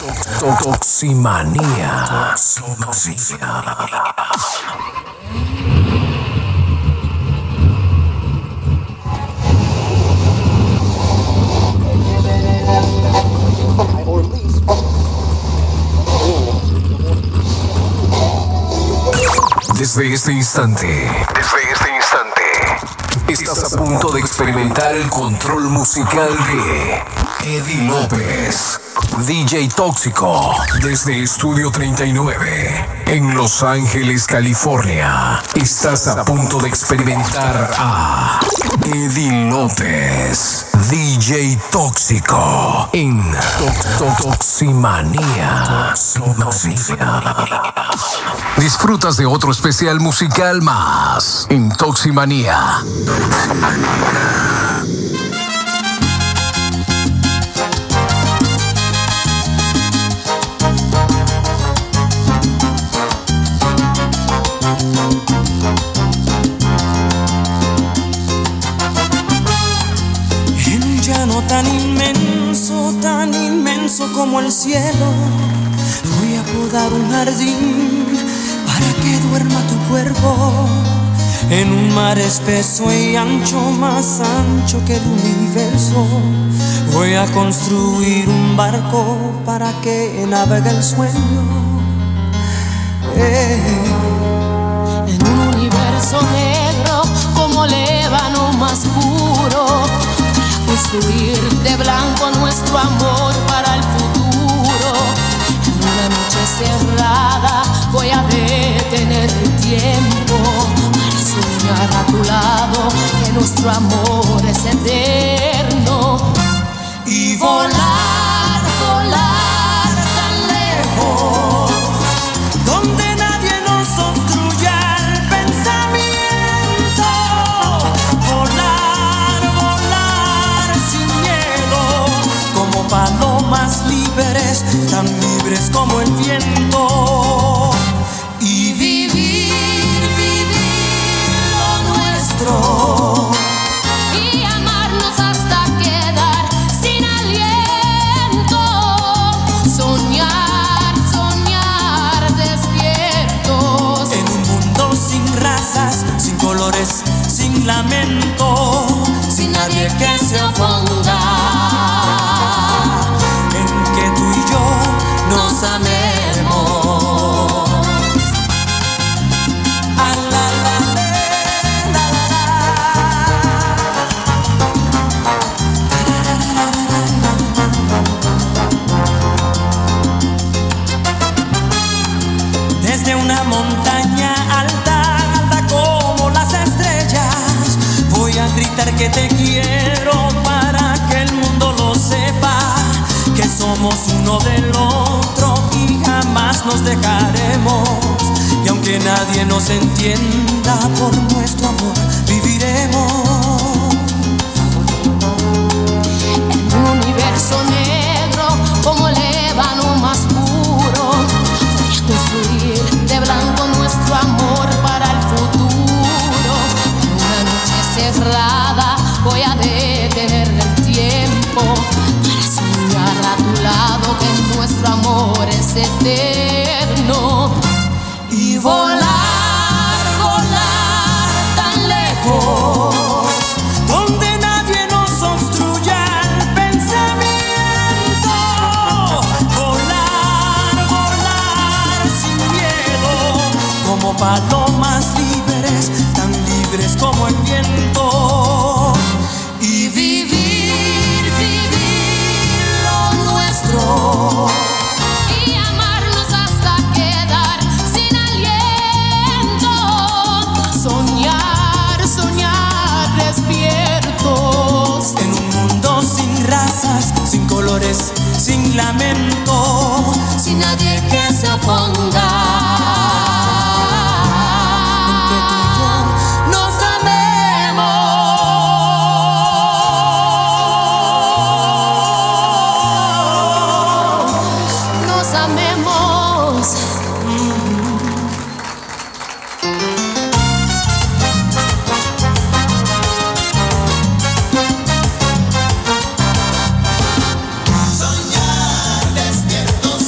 Toximanía. Desde este instante, estás a punto de experimentar el control musical de Eddie López, DJ Tóxico, desde Estudio 39, en Los Ángeles, California. Estás a punto de experimentar a Eddie López, DJ Tóxico, en Toximanía. Disfrutas de otro especial musical más en Toximanía. En un llano tan inmenso como el cielo, voy a podar un jardín para que duerma tu cuerpo. En un mar espeso y ancho, más ancho que el universo, voy a construir un barco para que navegue el sueño. En un universo negro como el ébano más puro, voy a construir de blanco nuestro amor para el futuro. En una noche cerrada voy a detener el tiempo para soñar a tu lado que nuestro amor es eterno. Y volar, volar tan lejos, donde nadie nos obstruya el pensamiento. Volar, volar sin miedo, como palomas libres, tan libres como el viento. Y vivir, vivir lo nuestro. Y amarnos hasta quedar sin aliento. Soñar, soñar despiertos. En un mundo sin razas, sin colores, sin lamento, sin nadie que se oponga. En que tú y yo nos amemos. Ah, la, la, la, desde una montaña alta, alta como las estrellas, voy a gritar que te quiero para que el mundo lo sepa, que somos uno del otro y jamás nos dejaremos. Y aunque nadie nos entienda, por nuestro amor viviremos. En un universo negro como el ébano más puro, voy a construir de blanco nuestro amor para el futuro. En una noche cerrada voy a detener el tiempo para soñar a tu lado que nuestro amor es eterno. Y volar, volar tan lejos, donde nadie nos obstruya el pensamiento. Volar, volar sin miedo, como palomas libres, tan libres como el viento. Y vivir, vivir lo nuestro. Y amarnos hasta quedar sin aliento. Soñar, soñar despiertos. En un mundo sin razas, sin colores, sin lamento, Sin nadie que se oponga. en que tú y yo nos amemos. Nos amemos. Soñar despiertos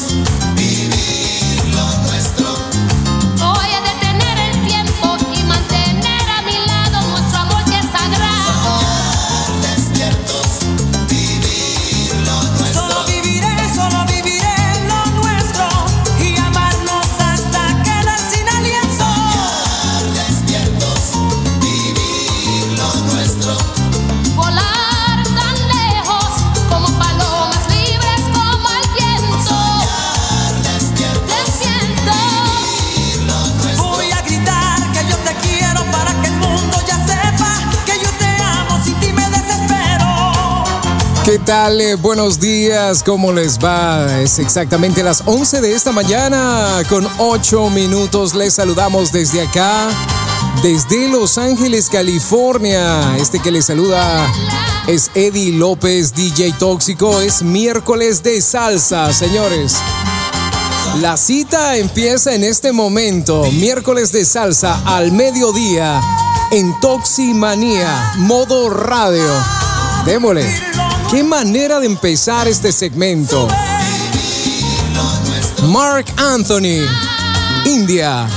tal? Buenos días, ¿cómo les va? Es exactamente las 11 de esta mañana con 8 minutos. Les saludamos desde acá, desde Los Ángeles, California. Este que les saluda es Eddie López, DJ Tóxico. Es miércoles de salsa, señores. La cita empieza en este momento, miércoles de salsa al mediodía en Toximanía, modo radio. Démosle. Qué manera de empezar este segmento. Marc Anthony, India.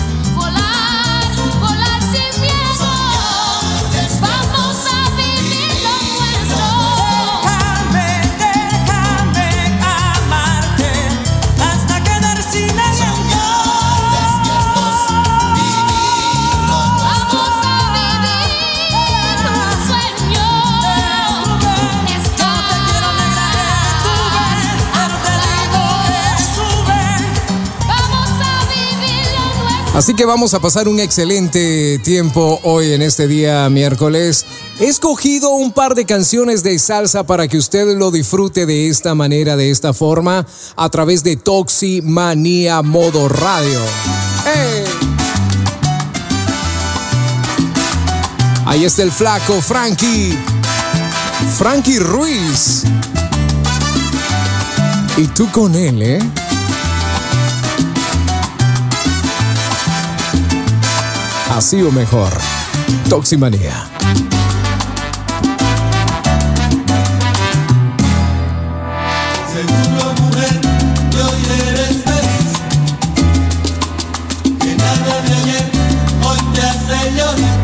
Así que vamos a pasar un excelente tiempo hoy en este día miércoles. He escogido un par de canciones de salsa para que usted lo disfrute de esta manera, de esta forma, a través de Toximanía Modo Radio. ¡Hey! Ahí está el flaco Frankie Ruiz. Y tú con él, ¿eh? Así o mejor. Toximanía. Seguro, mujer, que hoy eres feliz. Que nada de ayer hoy te hace llorar.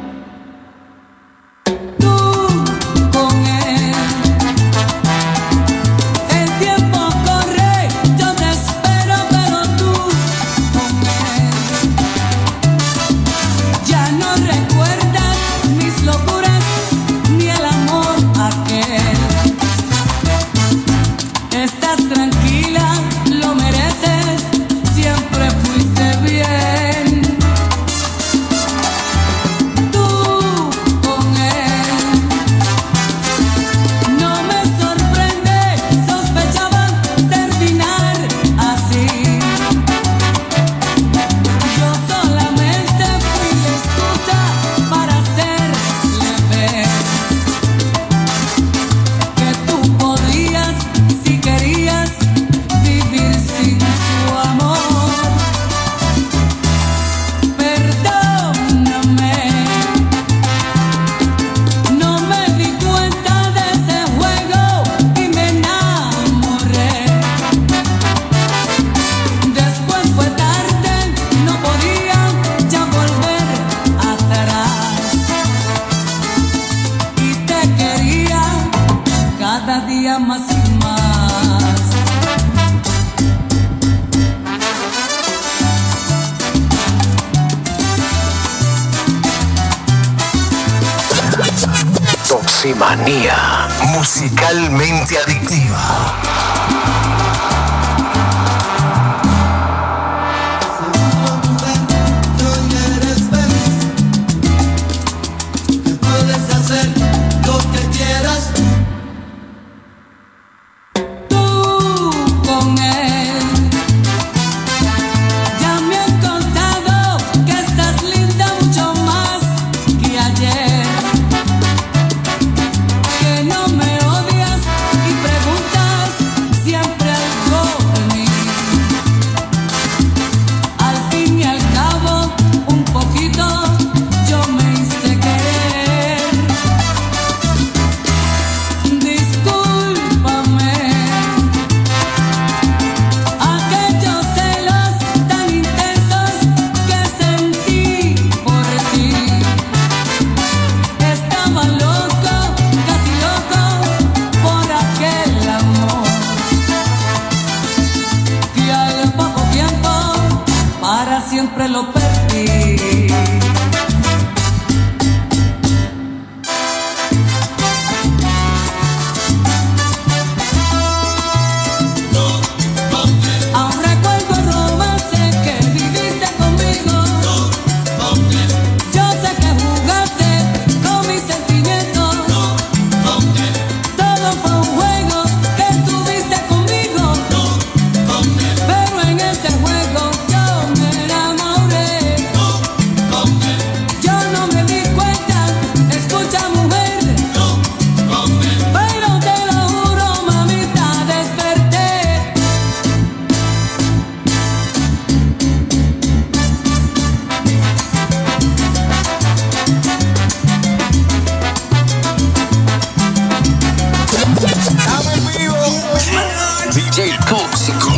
Toximanía, musicalmente adictiva. Siempre lo perdí. Aún recuerdo el romance que viviste conmigo. Yo sé que jugaste con mis sentimientos. Todo fue Tóxico.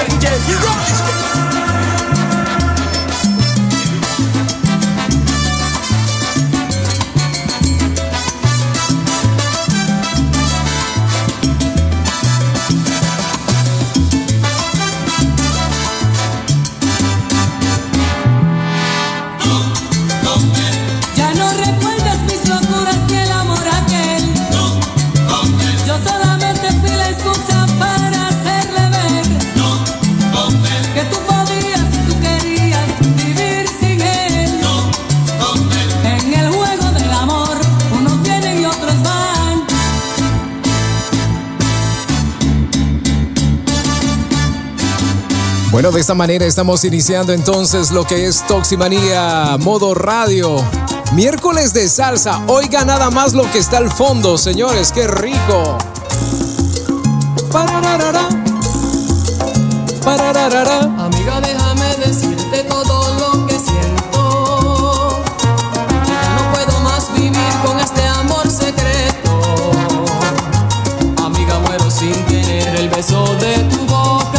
Bueno, de esta manera estamos iniciando entonces lo que es Toximanía Modo Radio. Miércoles de salsa. Oiga nada más lo que está al fondo, señores. ¡Qué rico! Parararara. Parararara. Amiga, déjame decirte todo lo que siento. Ya no puedo más vivir con este amor secreto. Amiga, muero sin tener el beso de tu boca,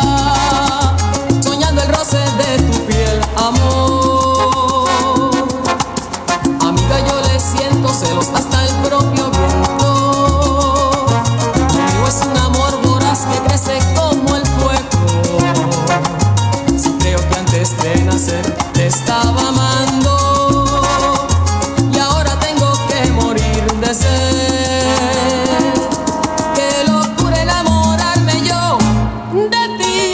de tu piel, amor. Amiga, yo le siento celos hasta el propio viento. Conmigo es un amor voraz que crece como el fuego. Si creo que antes de nacer te estaba amando y ahora tengo que morir de sed. Qué locura enamorarme yo de ti.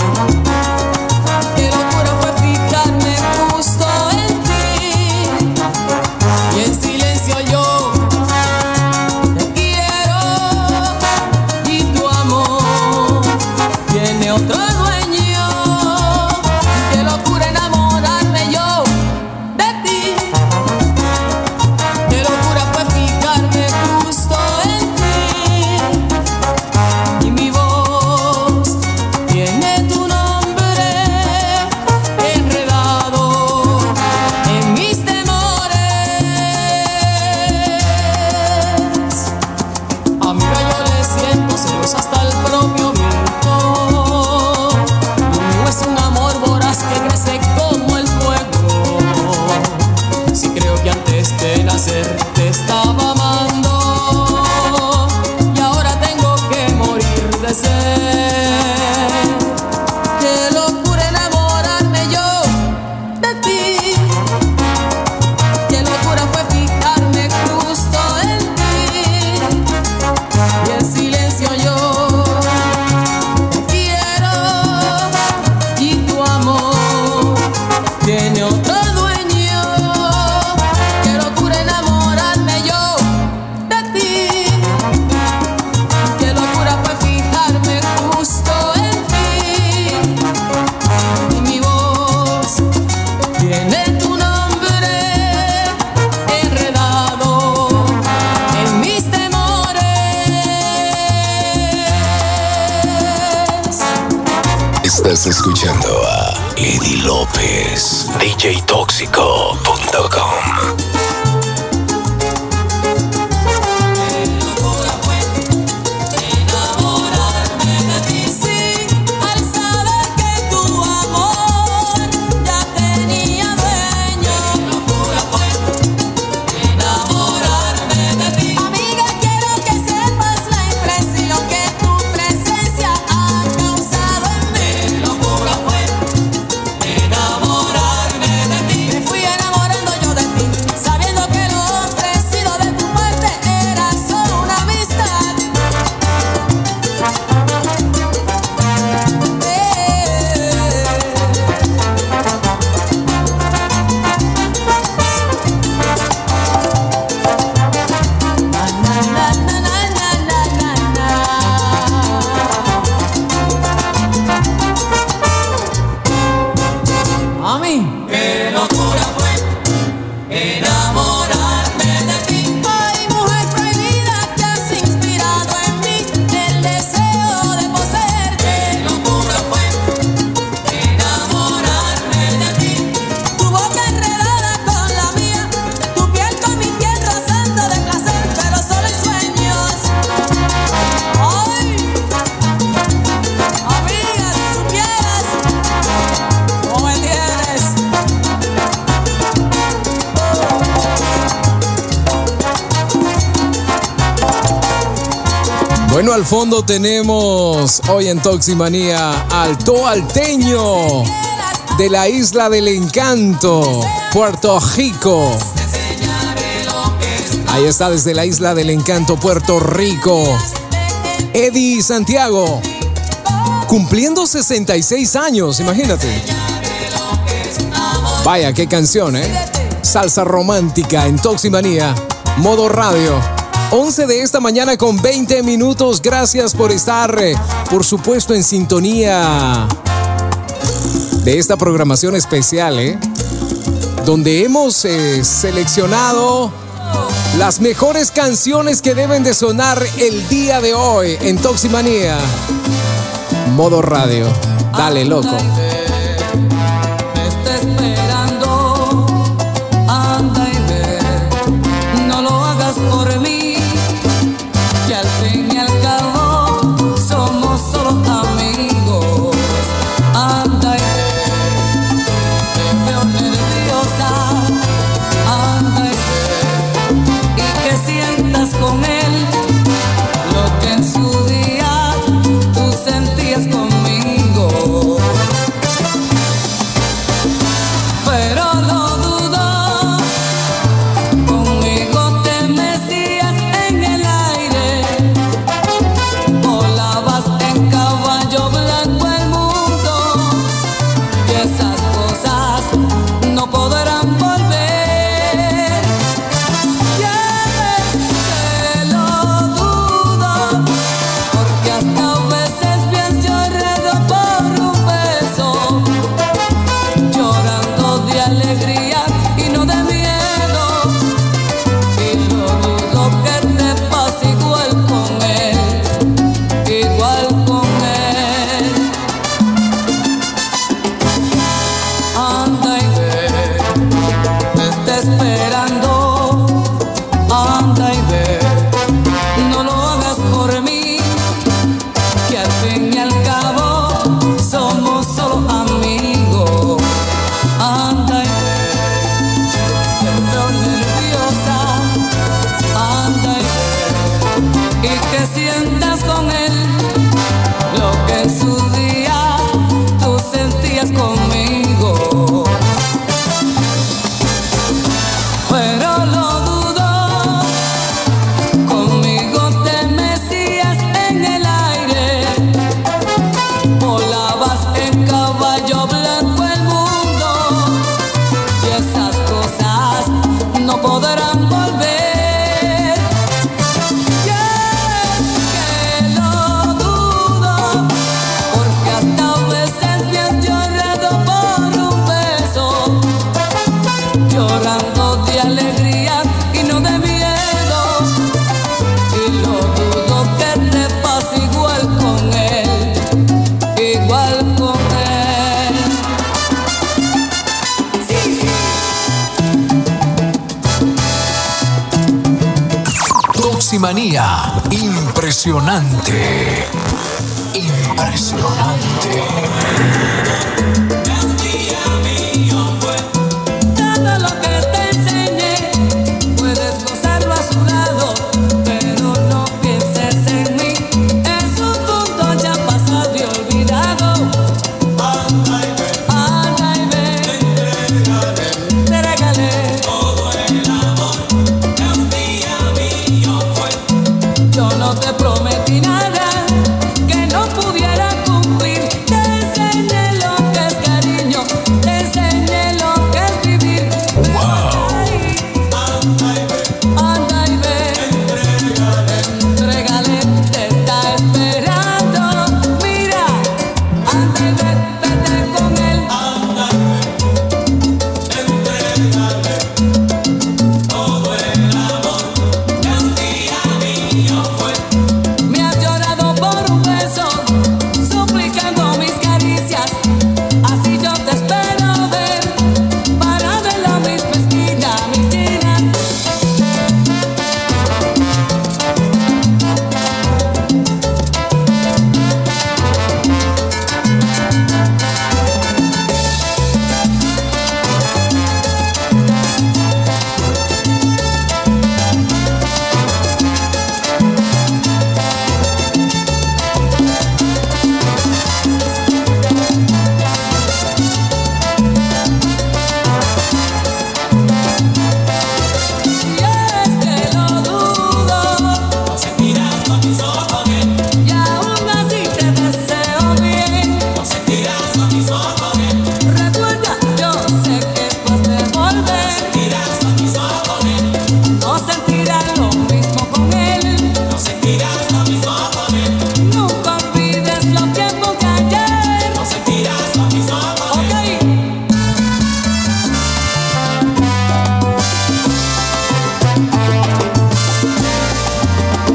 Te estaba amando y ahora tengo que morir de sed. Qué locura enamorarme yo de ti. Qué locura fue fijarme justo en ti. Y en silencio yo te quiero y tu amor tiene otro dueño. Estás escuchando a Eddie López, DJTóxico.com. Me fui enamorando yo de ti, sabía Bueno, al fondo tenemos hoy en Toximanía al Toalteño de la Isla del Encanto, Puerto Rico. Ahí está desde la Isla del Encanto, Puerto Rico. Eddie Santiago, cumpliendo 66 años, imagínate. Vaya, qué canción, ¿eh? Salsa romántica en Toximanía, modo radio. 11 de esta mañana con 20 minutos. Gracias por estar, por supuesto, en sintonía de esta programación especial, donde hemos seleccionado las mejores canciones que deben de sonar el día de hoy en Toximanía, modo radio. Dale, loco. Toximanía, impresionante. Impresionante. Prometí nada que no pudiera cumplir.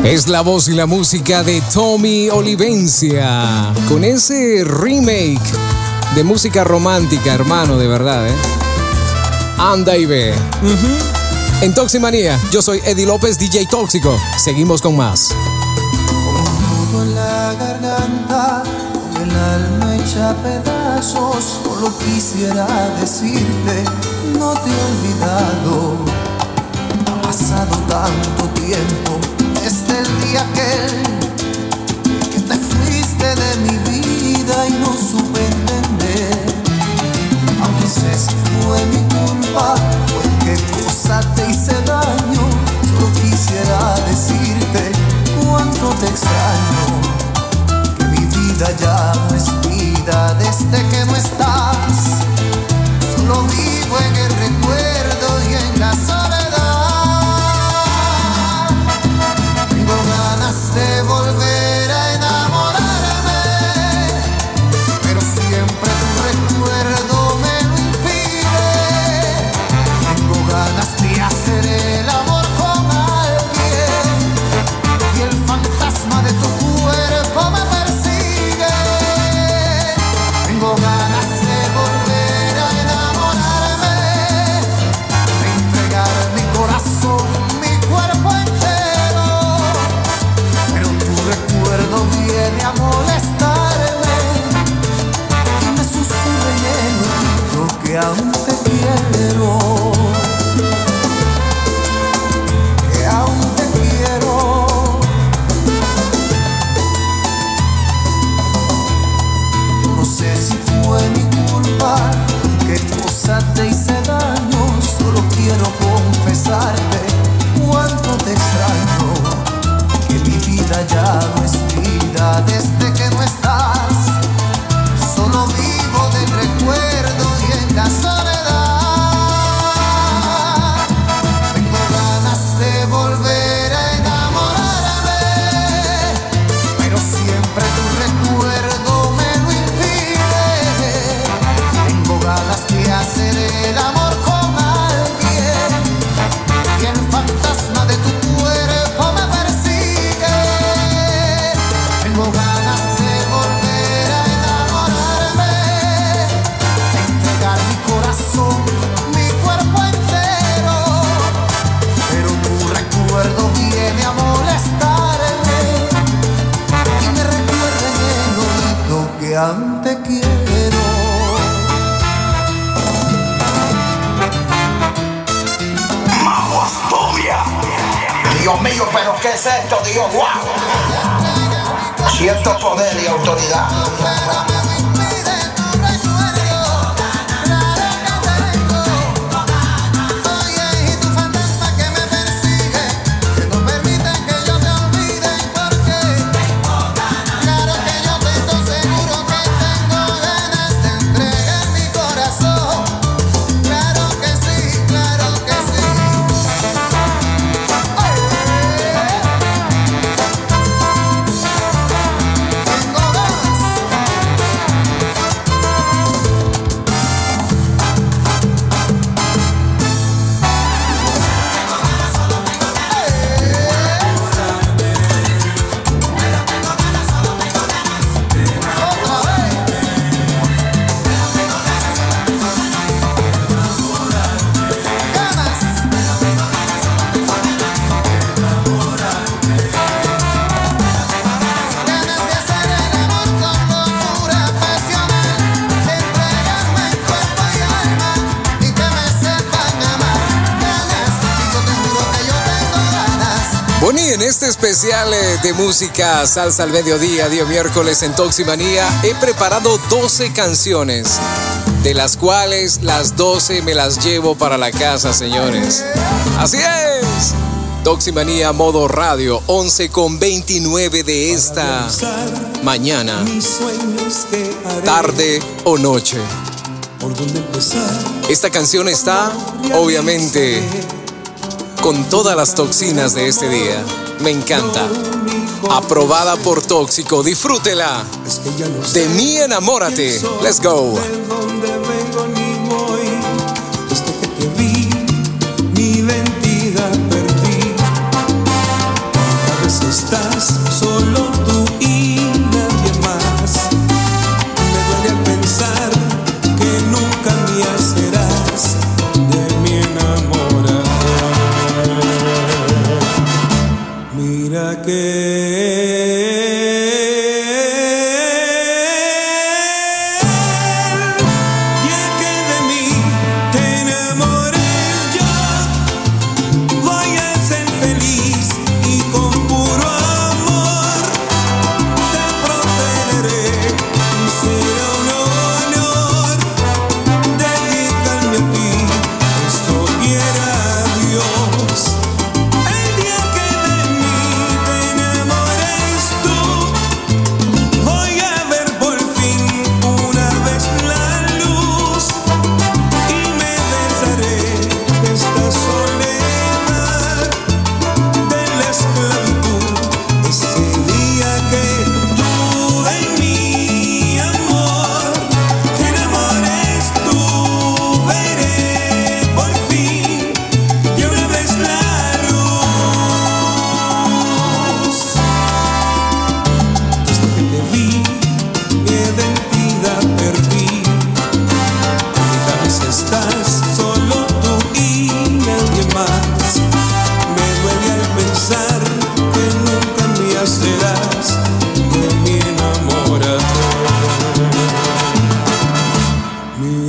Es la voz y la música de Tommy Olivencia, con ese remake de música romántica, hermano, de verdad, ¿eh? Anda y ve. En Toximanía, yo soy Eddie López, DJ Tóxico. Seguimos con más. Con un nudo en la garganta, con el alma hecha pedazos, solo quisiera decirte, no te he olvidado. Ha pasado tanto tiempo desde el día que te fuiste de mi vida y no supe entender. Aunque sé si fue mi culpa o en qué cosa te hice daño, solo quisiera decirte cuánto te extraño, que mi vida ya no es vida desde que no estás. Solo vivo en el recuerdo y en la soledad. Tengo ganas de volver a enamorarme, pero siempre tu recuerdo me lo impide. Tengo ganas de hacer el amor con alguien y el fantasma de tu cuerpo me persigue. Tengo ganas de volver a enamorarme, de entregar mi corazón, mi cuerpo entero, pero tu recuerdo viene a molestarme y me susurra en el oído que aún te quiero, que aún te quiero. No sé si fue mi culpa, qué cosa te hice daño, solo quiero confesarte cuánto te extraño, que mi vida ya no es vida desde que no estás. Solo vivo del recuerdo y en la soledad. Tengo ganas de volver a enamorarme, pero siempre tu recuerdo me lo impide. Tengo ganas de hacer el amor con alguien y el fantasma de tu cuerpo me persigue. Tengo ganas de volver a enamorarme, de entregar mi corazón, mi cuerpo entero, pero tu recuerdo viene a molestarme y me recuerda en el oído que aún te quiero. Dios mío, pero ¿qué es esto, Dios? ¡Wow! Siento poder y autoridad. Bonnie, en este especial de música salsa al mediodía, día miércoles en Toximanía, he preparado 12 canciones, de las cuales las 12 me las llevo para la casa, señores. Así es. Toximanía modo radio, 11:29 de esta mañana, tarde o noche. Esta canción está, obviamente, con todas las toxinas de este día. Me encanta. Aprobada por Tóxico. Disfrútela. De mí enamórate. Let's go. Desde que te vi, mi identidad perdí. A veces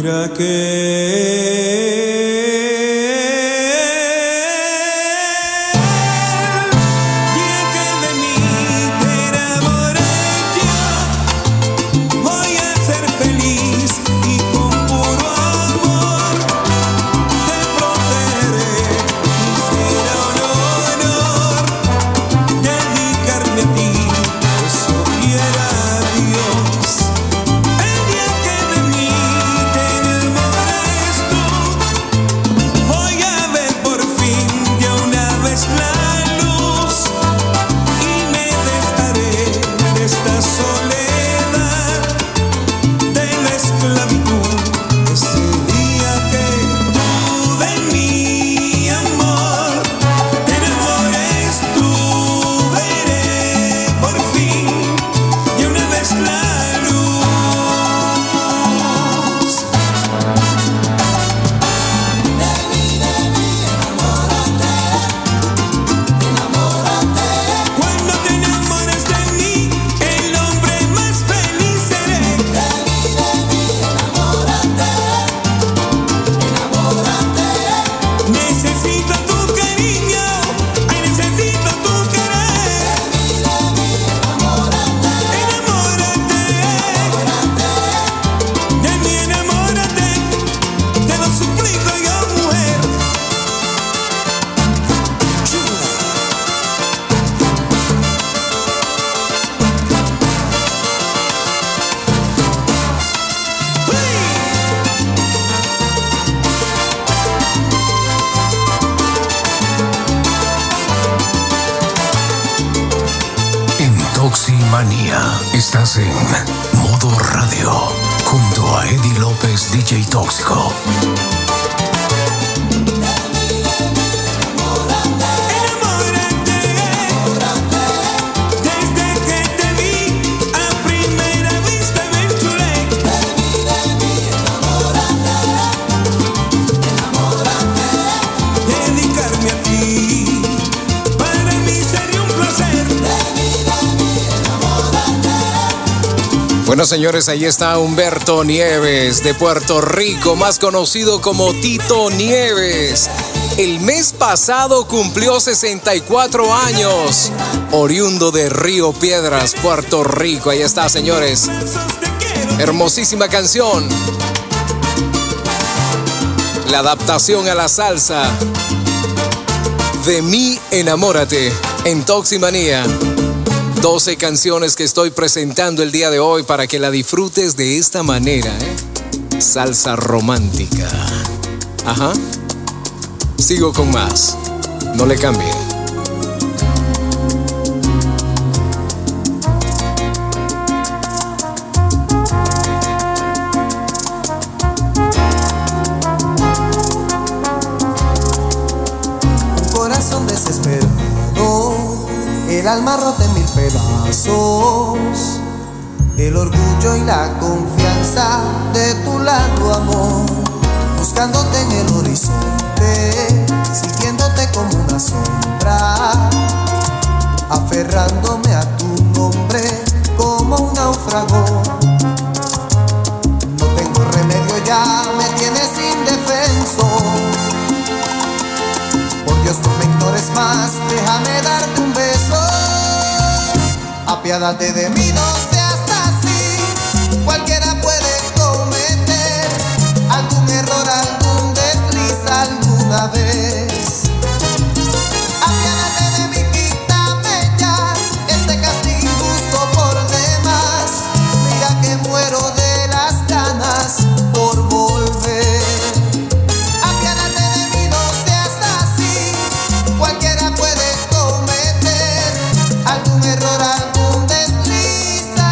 Mira que Estás en Modo Radio junto a Eddie López, DJ Tóxico. Bueno, señores, ahí está Humberto Nieves de Puerto Rico, más conocido como Tito Nieves. El mes pasado cumplió 64 años, oriundo de Río Piedras, Puerto Rico. Ahí está, señores. Hermosísima canción. La adaptación a la salsa. De mí, enamórate, en Toximanía. 12 canciones que estoy presentando el día de hoy para que la disfrutes de esta manera, Salsa romántica. Ajá. Sigo con más. No le cambie. Un corazón desesperado, el alma rota en mil pedazos, el orgullo y la confianza de tu lado, amor, buscándote en el horizonte, siguiéndote como una sombra, aferrándome a tu nombre como un náufrago. No tengo remedio, ya me tienes indefenso. Por Dios, no me ignores más, déjame darte un beso. Apiádate de mí, no seas así. Cualquiera puede cometer algún error, algún desliz alguna vez. Apiádate de mí, quítame ya este castigo injusto por demás. Mira que muero de las ganas por volver. Apiádate de mí, no seas así. Cualquiera puede cometer algún error, algún desliz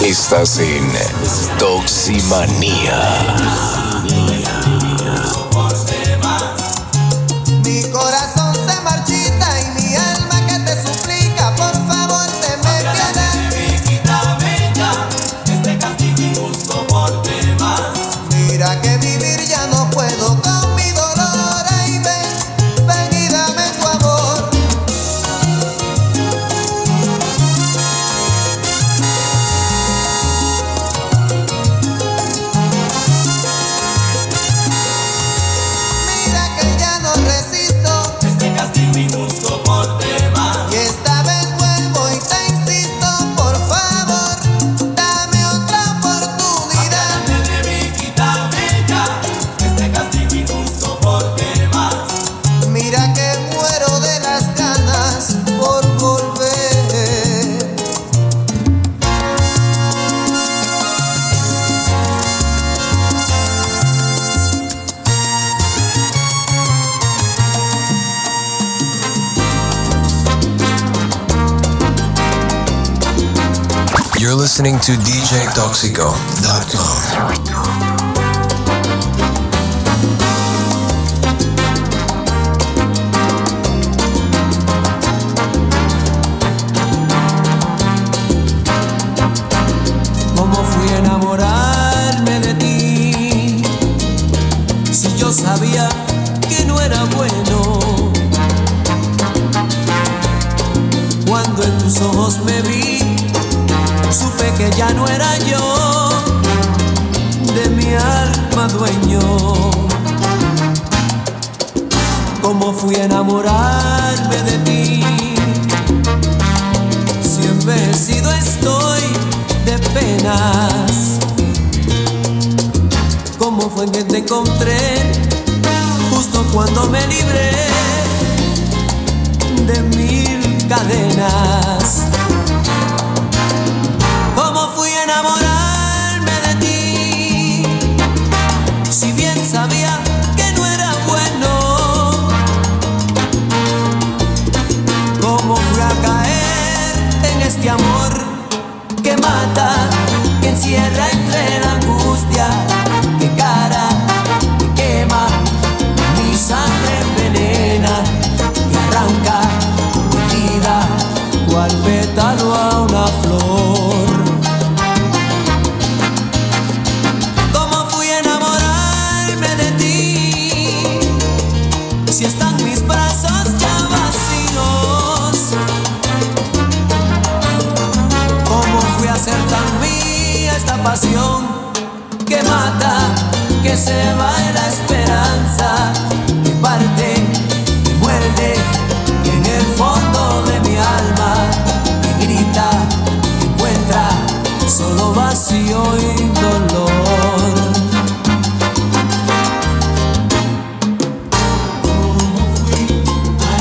Estás en Toximanía. Mi corazón se marchita y mi alma que te suplica, por favor, tenme piedad. Quítame ya este castigo injusto por demás. Mira que vivir ya no puedo con mi dolor. Ay, ven y dame tu amor. Mira que ya no resisto este castigo injusto por demás. Y esta vez vuelvo y te insisto, por favor, dame otra oportunidad. Apártate de mí, quítame ya este castigo injusto por demás. Mira que muero de las ganas por volver. You're listening to DJToxico.com. ¿Cómo fui a enamorarme de ti? Si yo sabía que no era bueno. Cuando en tus ojos me vi, supe que ya no era yo de mi alma dueño. ¿Cómo fui a enamorarme de ti? Si envejecido estoy de penas. ¿Cómo fue que te encontré justo cuando me libré de mil cadenas? ¿Cómo fui a enamorarme de ti? Si bien sabía que no era bueno. ¿Cómo fui a caer en este amor que mata, que encierra entre la angustia, que cara, que quema, mi sangre envenena, que arranca mi vida cual pétalo a una flor? ¿Cómo fui a enamorarme de ti? Si están mis brazos ya vacíos. ¿Cómo fui a ser tan mía esta pasión que mata, que se va en la esperanza, que parte, que muerde, que en el fondo de mi alma, que grita, que encuentra solo vacío y dolor? ¿Cómo fui a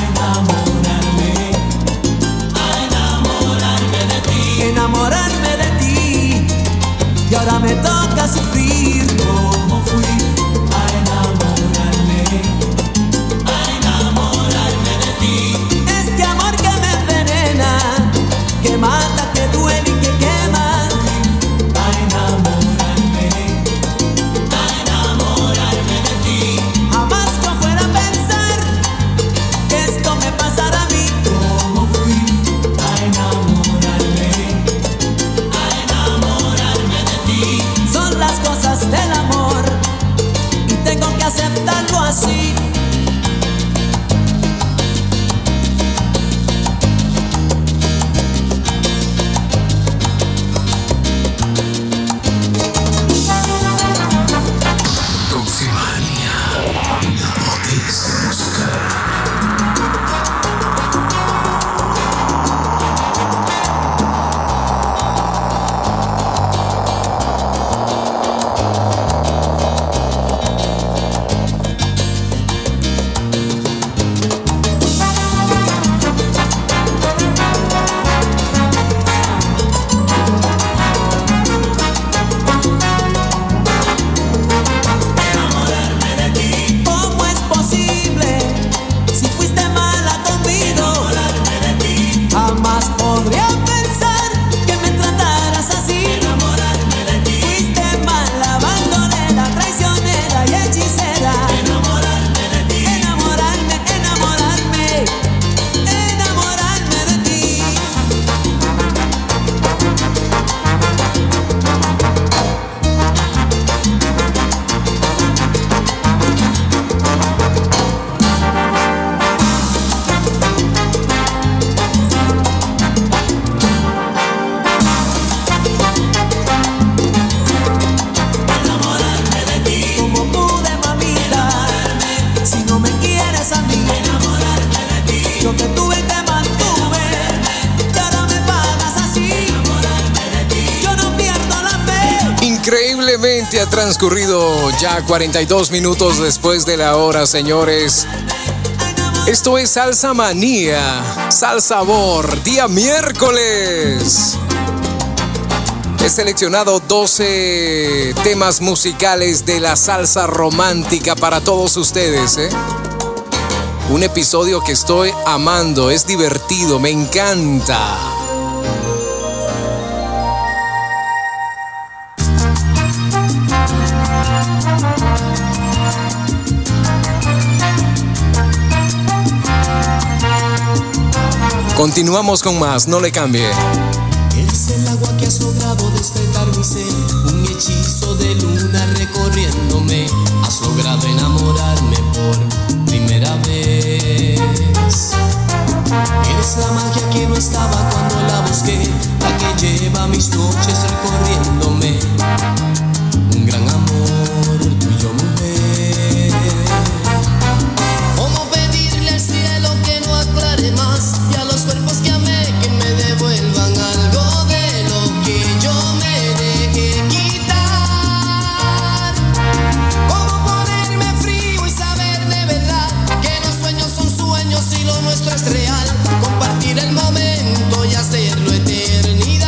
enamorarme de ti? Enamorarme de ti, y ahora me toca sufrir. ¿Cómo fui a enamorarme de ti? Este amor que me envenena, que mata, que duele y que quema. A enamorarme de ti. Jamás yo fuera a pensar que esto me pasara a mí. ¿Cómo fui a enamorarme de ti? Son las cosas Increíblemente ha transcurrido ya 42 minutos después de la hora, señores. Esto es Salsa Manía, Sal Sabor, día miércoles. He seleccionado 12 temas musicales de la salsa romántica para todos ustedes, Un episodio que estoy amando, es divertido, me encanta. Continuamos con más, no le cambie. Eres el agua que has logrado despertar mi ser, un hechizo de luna recorriéndome. Has logrado enamorarme por primera vez. Eres la magia que no estaba cuando la busqué, la que lleva mis noches recorriéndome. Un gran amor tuyo, mujer. ¿Cómo pedirle al cielo que no aclare más y a los cuerpos que amé que me devuelvan algo de lo que yo me dejé quitar? ¿Cómo ponerme frío y saber de verdad que los sueños son sueños y lo nuestro es real? Compartir el momento y hacerlo eternidad.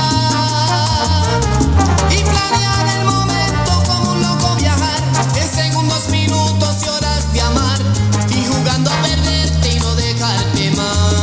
Y planear el momento como un loco viajar en segundos, minutos y horas de amar. Y jugando a perderte y no dejarte más.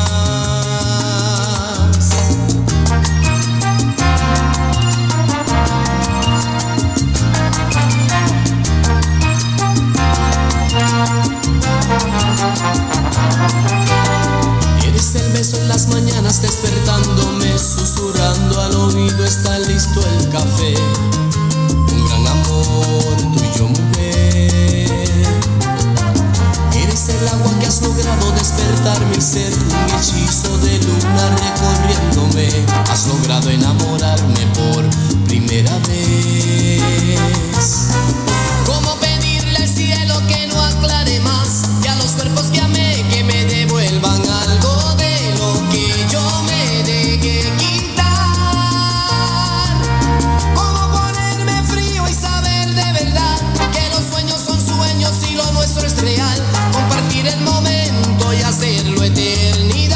Eres el beso en las mañanas despertándome, susurrando al oído está listo el café. Un gran amor tuyo, mujer. Eres el agua que has logrado despertar mi ser, un hechizo de luna recorriéndome. Has logrado enamorarme por primera vez. ¿Cómo pedirle al cielo que no aclare más y a los cuerpos que amé que me devuelvan algo de lo que yo me dejé quitar? ¿Cómo ponerme frío y saber de verdad que los sueños son sueños y lo nuestro es real? Compartir el momento y hacerlo eternidad.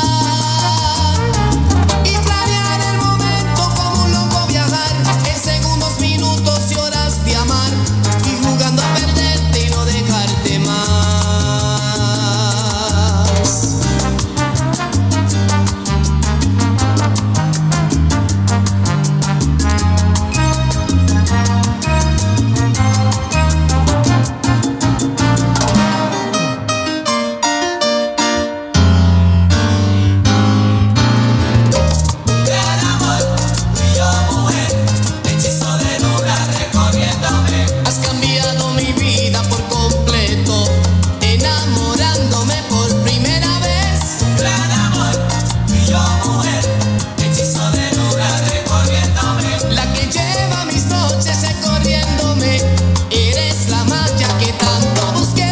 Y planear el momento como un loco viajar en segundos, minutos y horas de amar. Y jugando a perderte y no dejarte más. Gran amor, tú y yo, mujer, hechizo de luna recorriéndome. Has cambiado mi vida por completo, enamorándome por primera vez. Gran amor, tú y yo, mujer, hechizo de luna recorriéndome. La que lleva mis noches recorriéndome. Eres la magia que tanto busqué.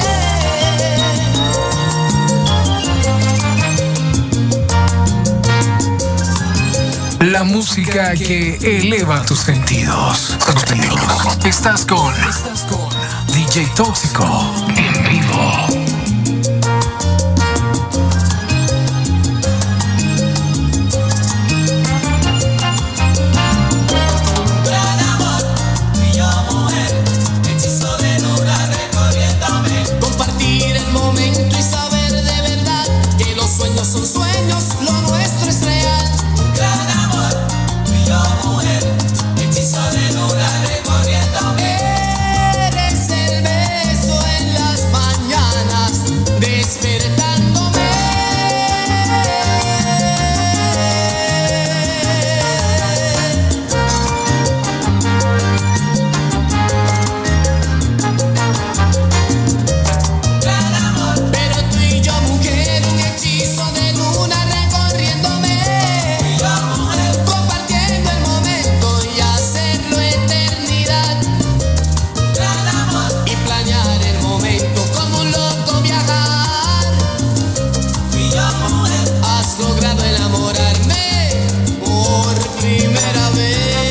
La música que eleva tus sentidos. Estás con DJ Tóxico en vivo. Gran amor, tú y yo, mujer, hechizo de luna recorriéndome. Compartir el momento y saber de verdad que los sueños son sueños, lo nuestro es real. Gran amor, tú y yo, mujer, hechizo de luna recorriéndome. Eres el beso en las mañanas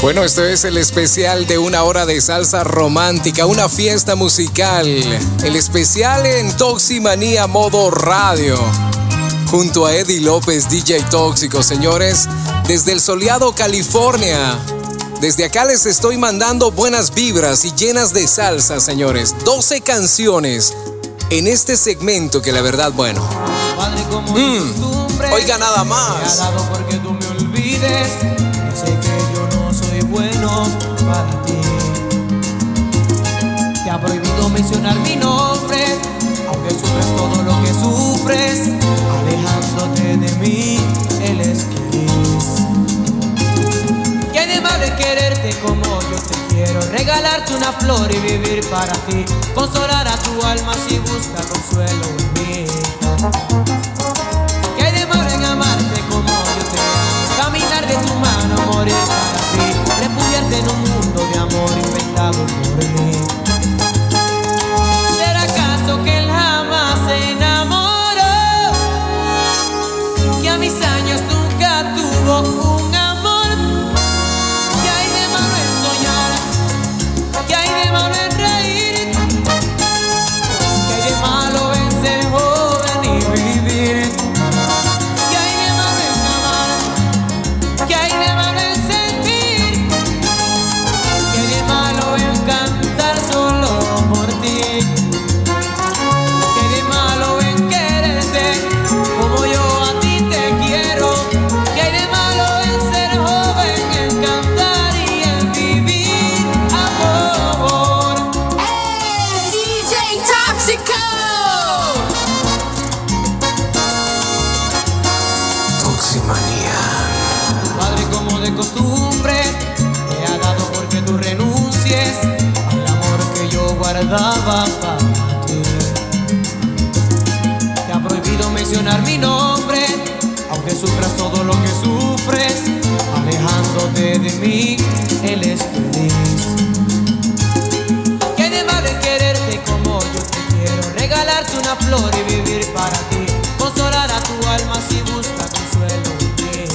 Bueno, esto es el especial de una hora de salsa romántica, una fiesta musical. El especial en Toximanía Modo Radio. Junto a Eddie López, DJ Tóxico, señores, desde el soleado California. Desde acá les estoy mandando buenas vibras y llenas de salsa, señores. 12 canciones en este segmento que la verdad, bueno. Oiga nada más. Porque tú me olvides, sé que yo no soy bueno para ti. Te ha prohibido mencionar mi nombre, aunque sufres todo lo que sufres, alejándote de mí, él es feliz. ¿Qué de malo es quererte como yo te quiero? Regalarte una flor y vivir para ti, consolar a tu alma si busca consuelo en mí. ¿Qué de malo en amarte como yo te amo? Caminar de tu mano, morir para ti, refugiarte en un mundo de amor inventado por mí. ¿Será acaso que él jamás se enamoró? Que a mis años nunca tuvo un amor. ¿Qué hay de malo en soñar? ¿Qué hay de malo en reír? ¿Qué hay de malo en ser joven y vivir? ¿Qué hay de malo en amar? ¿Qué hay de malo en sentir? ¿Qué hay de malo en cantar solo por ti? ¿Qué de malo en quererte como yo a ti te quiero? ¿Qué hay de malo en ser joven, en cantar y en vivir amor? ¡Hey, DJ Tóxico! Toximanía. Padre, como de costumbre, te ha dado porque tú renuncies al amor que yo guardaba para ti. Te ha prohibido mencionar mi nombre, aunque sufras todo lo que sufres, alejándote de mí, él es feliz. ¿Qué de malo es quererte como yo te quiero? Regalarte una flor y vivir para ti, consolar a tu alma si busca consuelo en mí.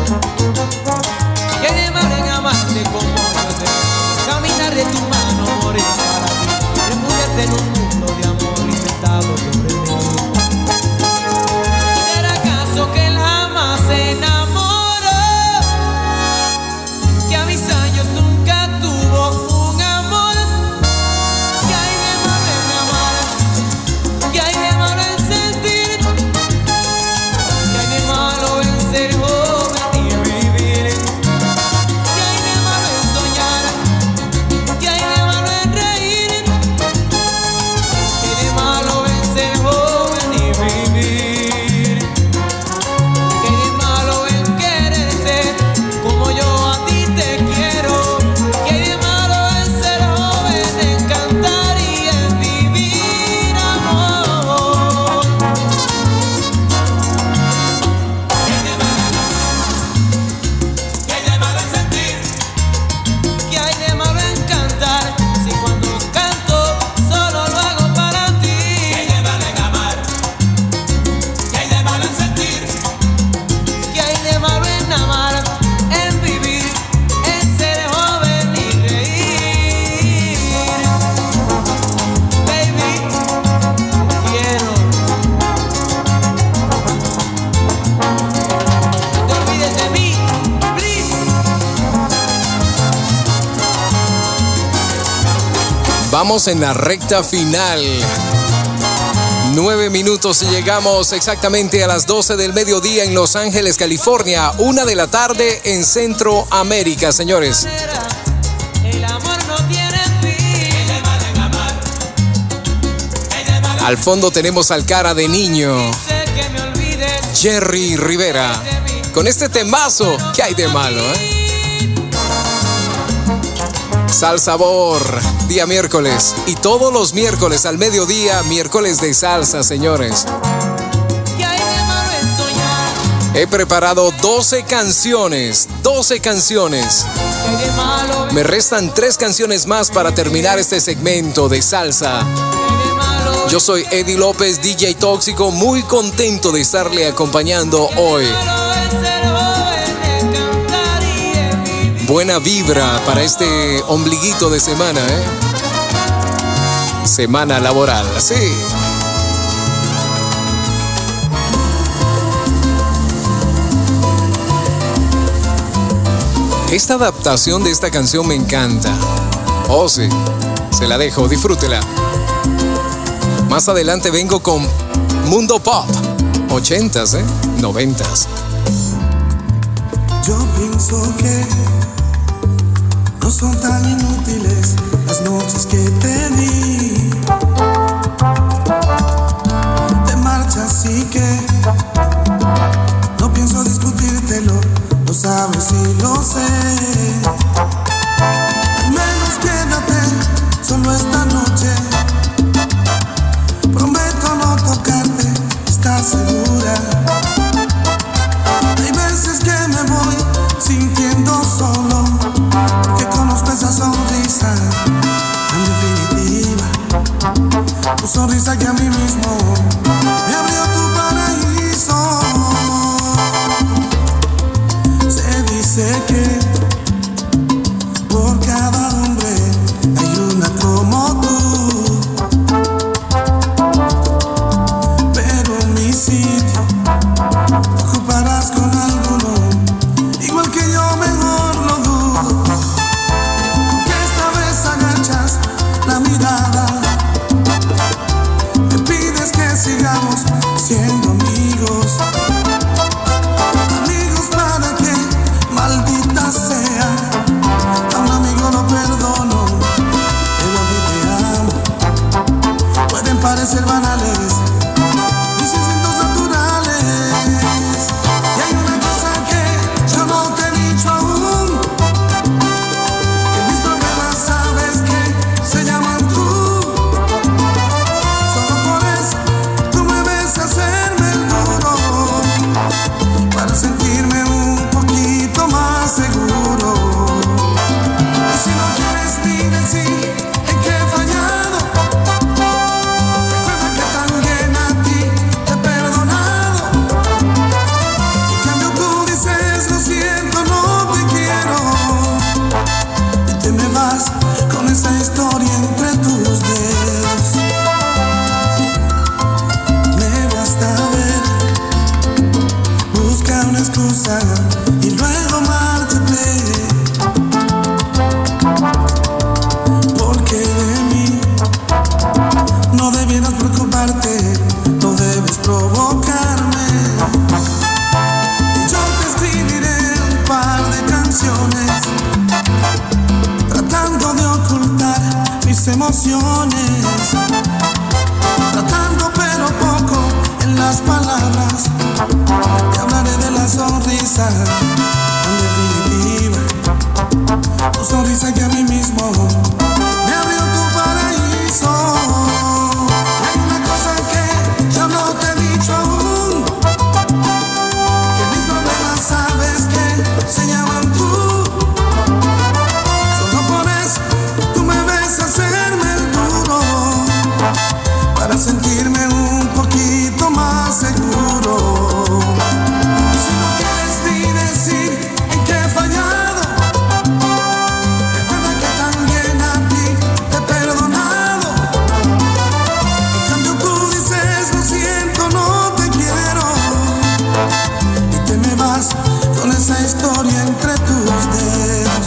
¿Qué de malo en amarte como yo te amo? Caminar de tu mano, morir para ti, refugiarte en un mundo de amor inventado por mí. ¿Será acaso que él jamás se enamoró? Que a mis años nunca tuvo un amor. ¿Qué hay de malo en amar? ¿Qué hay de malo en sentir? ¿Qué hay de malo en ser joven y vivir? ¿Qué hay de malo en soñar? ¿Qué hay de malo en reír? ¿Qué hay de malo en ser joven y vivir? ¿Qué hay de malo en quererte como yo a ti te quiero? ¿Qué hay de malo en ser joven, en cantar y en vivir amor? ¿Qué hay de malo en sentir? ¿Qué hay de malo en cantar? Si cuando canto solo lo hago para ti. ¿Qué hay de malo en amar? ¿Qué hay de malo en sentir? ¿Qué hay de malo en amar? En vivir, en ser joven y reír. Baby, quiero. No te olvides de mí, please. Vamos en la recta final. 9 minutos y llegamos exactamente a las 12 del mediodía en Los Ángeles, California. 1 de la tarde en Centroamérica, señores. El amor no tiene fin. Al fondo tenemos al cara de niño, Sé que me olvides Jerry Rivera. Con este temazo, ¿qué hay de malo, Sal Sabor, día miércoles. Y todos los miércoles al mediodía, miércoles de salsa, señores. ¿Qué hay de malo en soñar? He preparado 12 canciones. 12 canciones. ¿Qué hay de malo? Me restan 3 canciones más para terminar este segmento de salsa. ¿Qué hay de malo? Yo soy Eddie López, DJ Tóxico, muy contento de estarle acompañando hoy. Malo en ser joven, en cantar y en vivir. buena vibra para este ombliguito de semana, ¿eh? Semana laboral, sí. Esta adaptación de esta canción me encanta. Oh, sí. Se la dejo, disfrútela. Más adelante vengo con Mundo Pop. 80s, 90s. Yo pienso que no son tan inútiles las noches que te di. Te marchas, así que no pienso discutírtelo. Lo sabes y lo sé. Al menos quédate solo esta noche. Prometo no tocarte, ¿estás segura? Hay veces que me voy sintiendo solo, que conozco esa sonrisa tan definitiva. Tu sonrisa que a mí mismo me abrió tu paraíso. Se dice que por cada hombre hay una como tú, pero mi sitio ocuparás con alguno, igual que yo, mejor lo dudo. Que esta vez agachas la mirada, me pides que sigamos siendo amigos. Amigos para que, maldita sea, a un amigo no perdono, pero a ti te amo. Pueden parecer banales mis instintos naturales. Y hay una cosa que yo no te he dicho aún, que mis problemas sabes que se llaman tú. Solo por eso tú me ves hacerme el duro, para sentirme un poquito más seguro. Y si no quieres ni decir en qué he fallado, recuerda que también a ti te he perdonado. En cambio tú dices lo siento, no te quiero, y te me vas con esa historia entre tus dedos. Me basta ver, busca una excusa y luego márchate, porque de mí no debieras preocuparte, no debes provocarme. Y yo te escribiré un par de canciones, tratando de ocultar mis emociones, tratando pero poco en las palabras. Te hablaré de la sonrisa tan definitiva, tu sonrisa que a mí mismo me abrió tu paraíso. Hay una cosa que yo no te he dicho aún, que mis problemas sabes que se llaman tú. Solo por eso tú me ves hacerme el duro, para sentirme un poquito más seguro. Y si no quieres ni decir en qué he fallado, recuerda que también a ti te he perdonado. En cambio tú dices lo siento, no te quiero, y te me vas con esa historia entre tus dedos.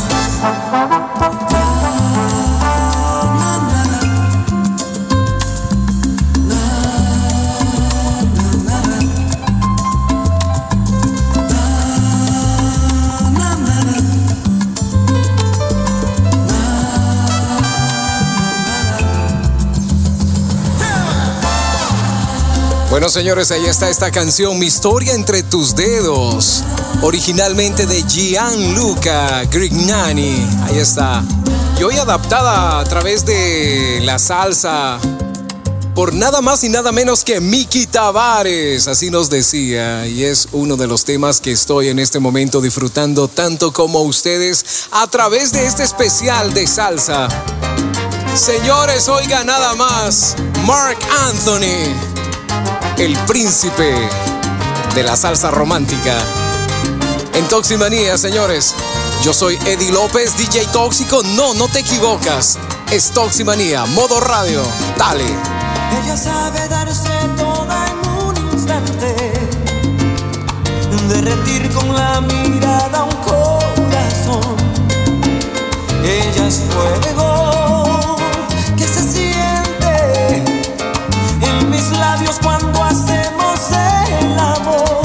Bueno, señores, ahí está esta canción, Mi historia entre tus dedos, originalmente de Gianluca Grignani. Ahí está. Y hoy adaptada a través de la salsa por nada más y nada menos que Miki Tavares, así nos decía. Y es uno de los temas que estoy en este momento disfrutando tanto como ustedes a través de este especial de salsa. Señores, oiga nada más, Marc Anthony, el príncipe de la salsa romántica. En Toximanía, señores. Yo soy Eddie López, DJ Tóxico. No te equivocas. Es Toximanía, modo radio. Dale. Ella sabe darse toda en un instante, derretir con la mirada un corazón. Ella es fuego que se siente en mis labios cuando hacemos el amor.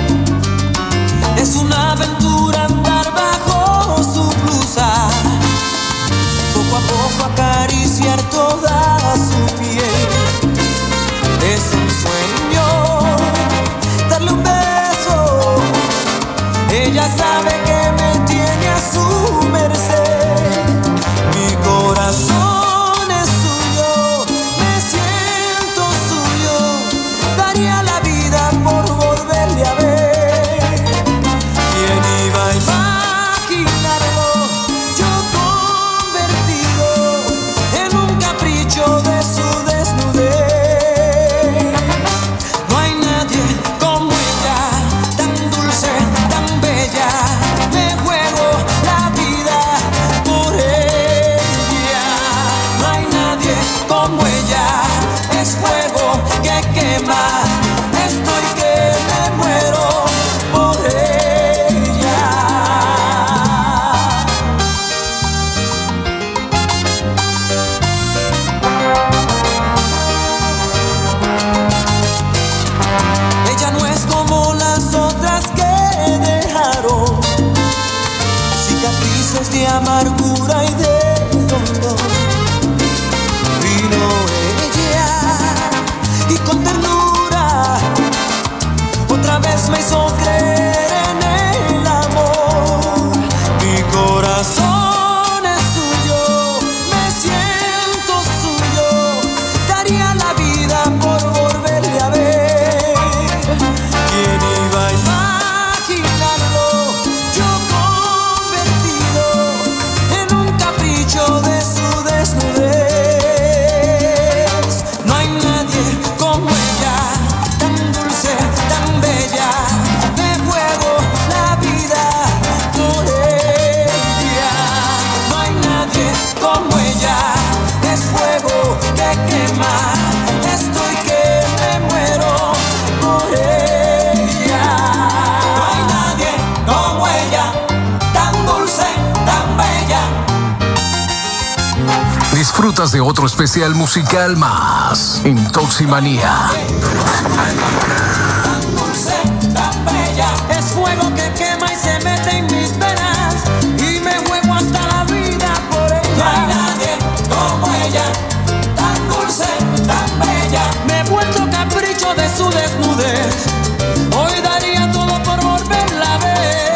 Es una aventura andar bajo su blusa, poco a poco acariciar toda su piel. Es un sueño darle un beso. Ella sabe que me tiene a su merced. Mi corazón es suyo, me siento suyo. Daría la vida por volverle a ver. ¿Quién iba a imaginarlo? Yo convertido en un capricho de su desnudez. No hay nadie como ella, tan dulce, tan bella. Me juego la vida por ella. No hay nadie como ella, es fuego que quema. Estoy que me muero por ella. Ella no es como las otras que dejaron cicatrices de amargura y de dolor. Vino ella y con ternura otra vez me hizo creer en el amor. Mi corazón es suyo, me siento suyo. Daría la vida por volverle a ver. ¿Quién iba a imaginarlo? Yo convertido en un capricho de su desnudez. No hay nadie como ella, tan dulce, tan bella. Me juego la vida por ella. No hay nadie como ella, es fuego que quema. Estoy que me muero por ella. No hay nadie como ella, tan dulce, tan bella. Disfrutas de otro especial musical más en Toximanía. Tan dulce, tan bella. Es fuego que quema y se mete en mis venas. Y me juego hasta la vida por ella. No hay nadie como ella, tan dulce, tan bella. Me he vuelto capricho de su desnudez. Hoy daría todo por volverla a ver.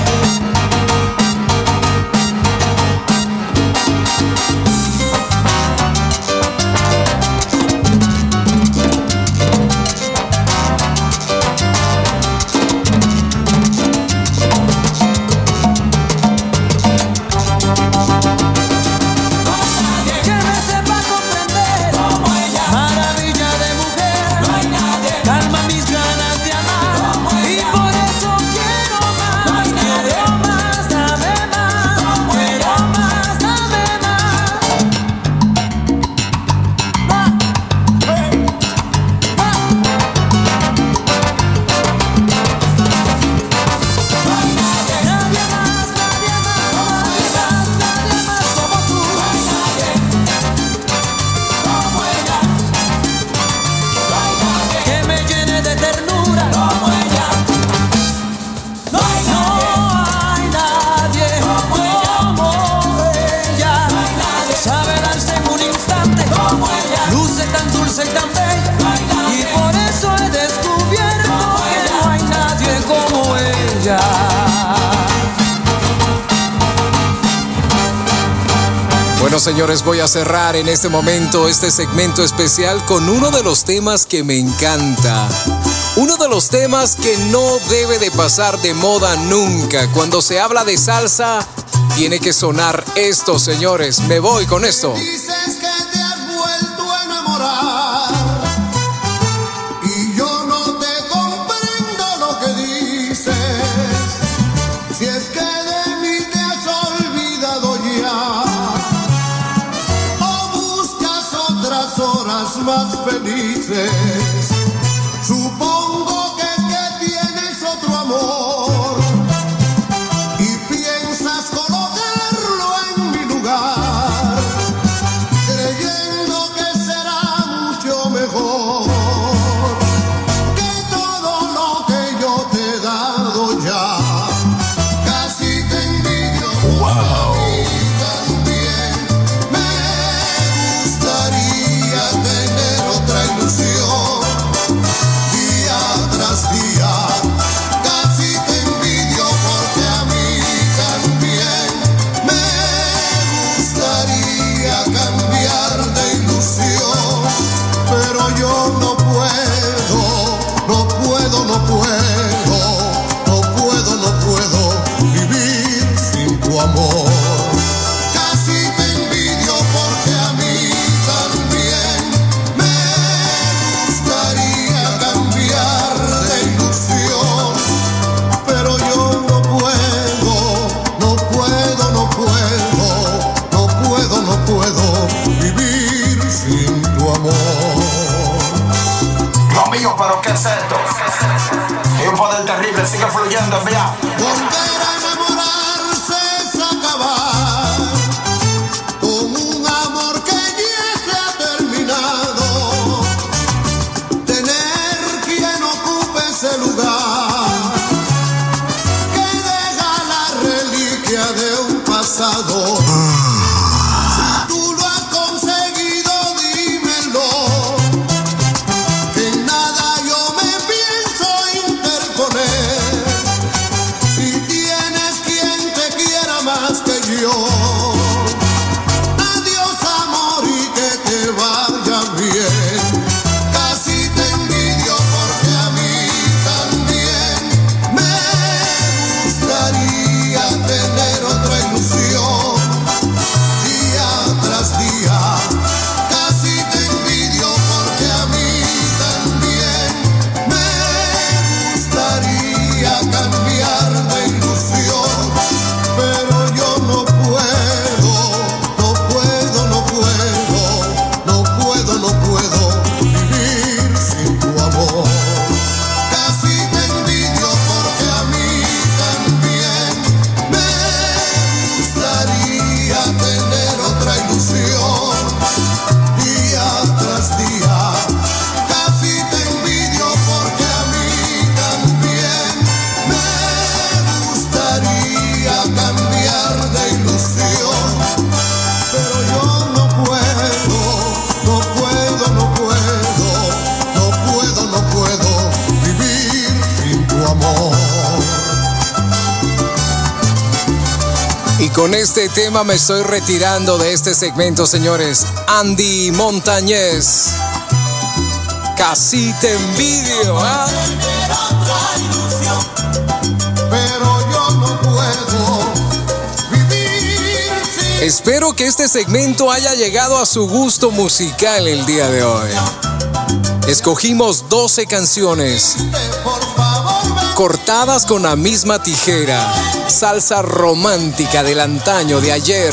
Que me sepa comprender como ella, maravilla de mujer. No hay nadie, calma mis ganas de amar. Y por eso quiero más, quiero más, dame más. Quiero más, dame Nadie más, nadie más como tú. No hay nadie como ella. No hay nadie que me llene de ternura como ella. No hay nadie como ella. Sabe darse en un instante como ella. Luce tan dulce y tan bella. Y por eso he descubierto que no hay nadie como ella. Bueno, señores, voy a cerrar en este momento este segmento especial con uno de los temas que me encanta. Uno de los temas que no debe de pasar de moda nunca. Cuando se habla de salsa, tiene que sonar esto, señores. Me voy con esto. Dices que te has vuelto a enamorar y yo no te comprendo lo que dices. Si es que de mí te has más felices. Supongo que tienes otro amor y piensas colocarlo en mi lugar, creyendo que será mucho mejor que todo lo que yo te he dado ya. Casi te envidio. Wow. Pero ¿qué es esto? Y un poder terrible sigue fluyendo en mí. Volver a enamorarse es acabar con un amor que ya se ha terminado. Tener quien ocupe ese lugar que deja la reliquia de un pasado. Adiós amor y que te vaya bien. Casi te envidio porque a mí también me gustaría tener otra ilusión día tras día. Casi te envidio porque a mí también me gustaría cambiar de ilusión, pero yo no puedo vivir sin tu amor. Casi te envidio porque a mí también me gustaría tener otra ilusión día tras día. Casi te envidio porque a mí también me gustaría cambiar de ilusión, pero yo no puedo vivir sin tu amor. Y con este tema me estoy retirando de este segmento, señores. Andy Montañez, Casi te envidio, ¿eh? Pero yo no puedo vivir sin. Espero que este segmento haya llegado a su gusto musical el día de hoy. Escogimos 12 canciones cortadas con la misma tijera, salsa romántica del antaño, de ayer,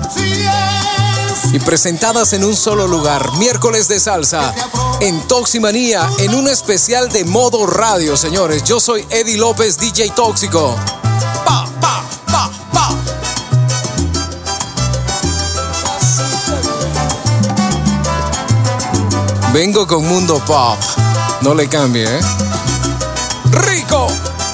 y presentadas en un solo lugar, miércoles de salsa, en Toximanía, en un especial de modo radio, señores. Yo soy Eddie López, DJ Tóxico. Pa, pa, pa, pa. Vengo con Mundo Pop, no le cambie, ¿eh? ¡Rico!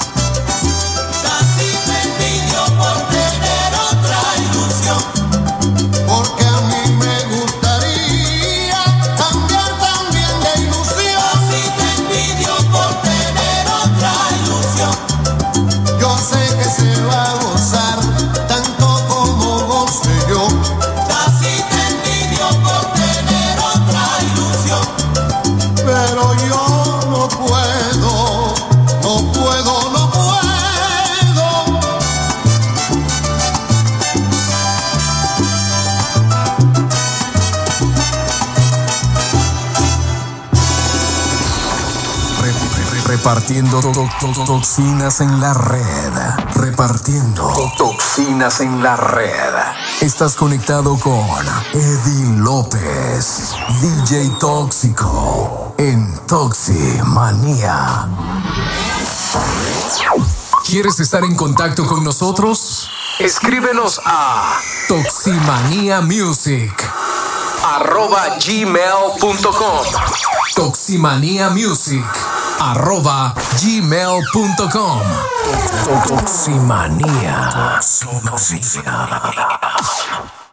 Casi te envidio por tener otra ilusión, porque a mí me gustaría cambiar también de ilusión. casi te envidio por tener otra ilusión. Yo sé que se va a gozar tanto como goce yo. Casi te envidio por tener otra ilusión, Pero yo no puedo repartiendo toxinas en la red. Repartiendo toxinas en la red. Estás conectado con Eddie López, DJ Tóxico, en Toximanía. ¿Quieres estar en contacto con nosotros? Escríbenos a toximaniamusic@gmail.com. toximaniamusic@gmail.com. Toximanía.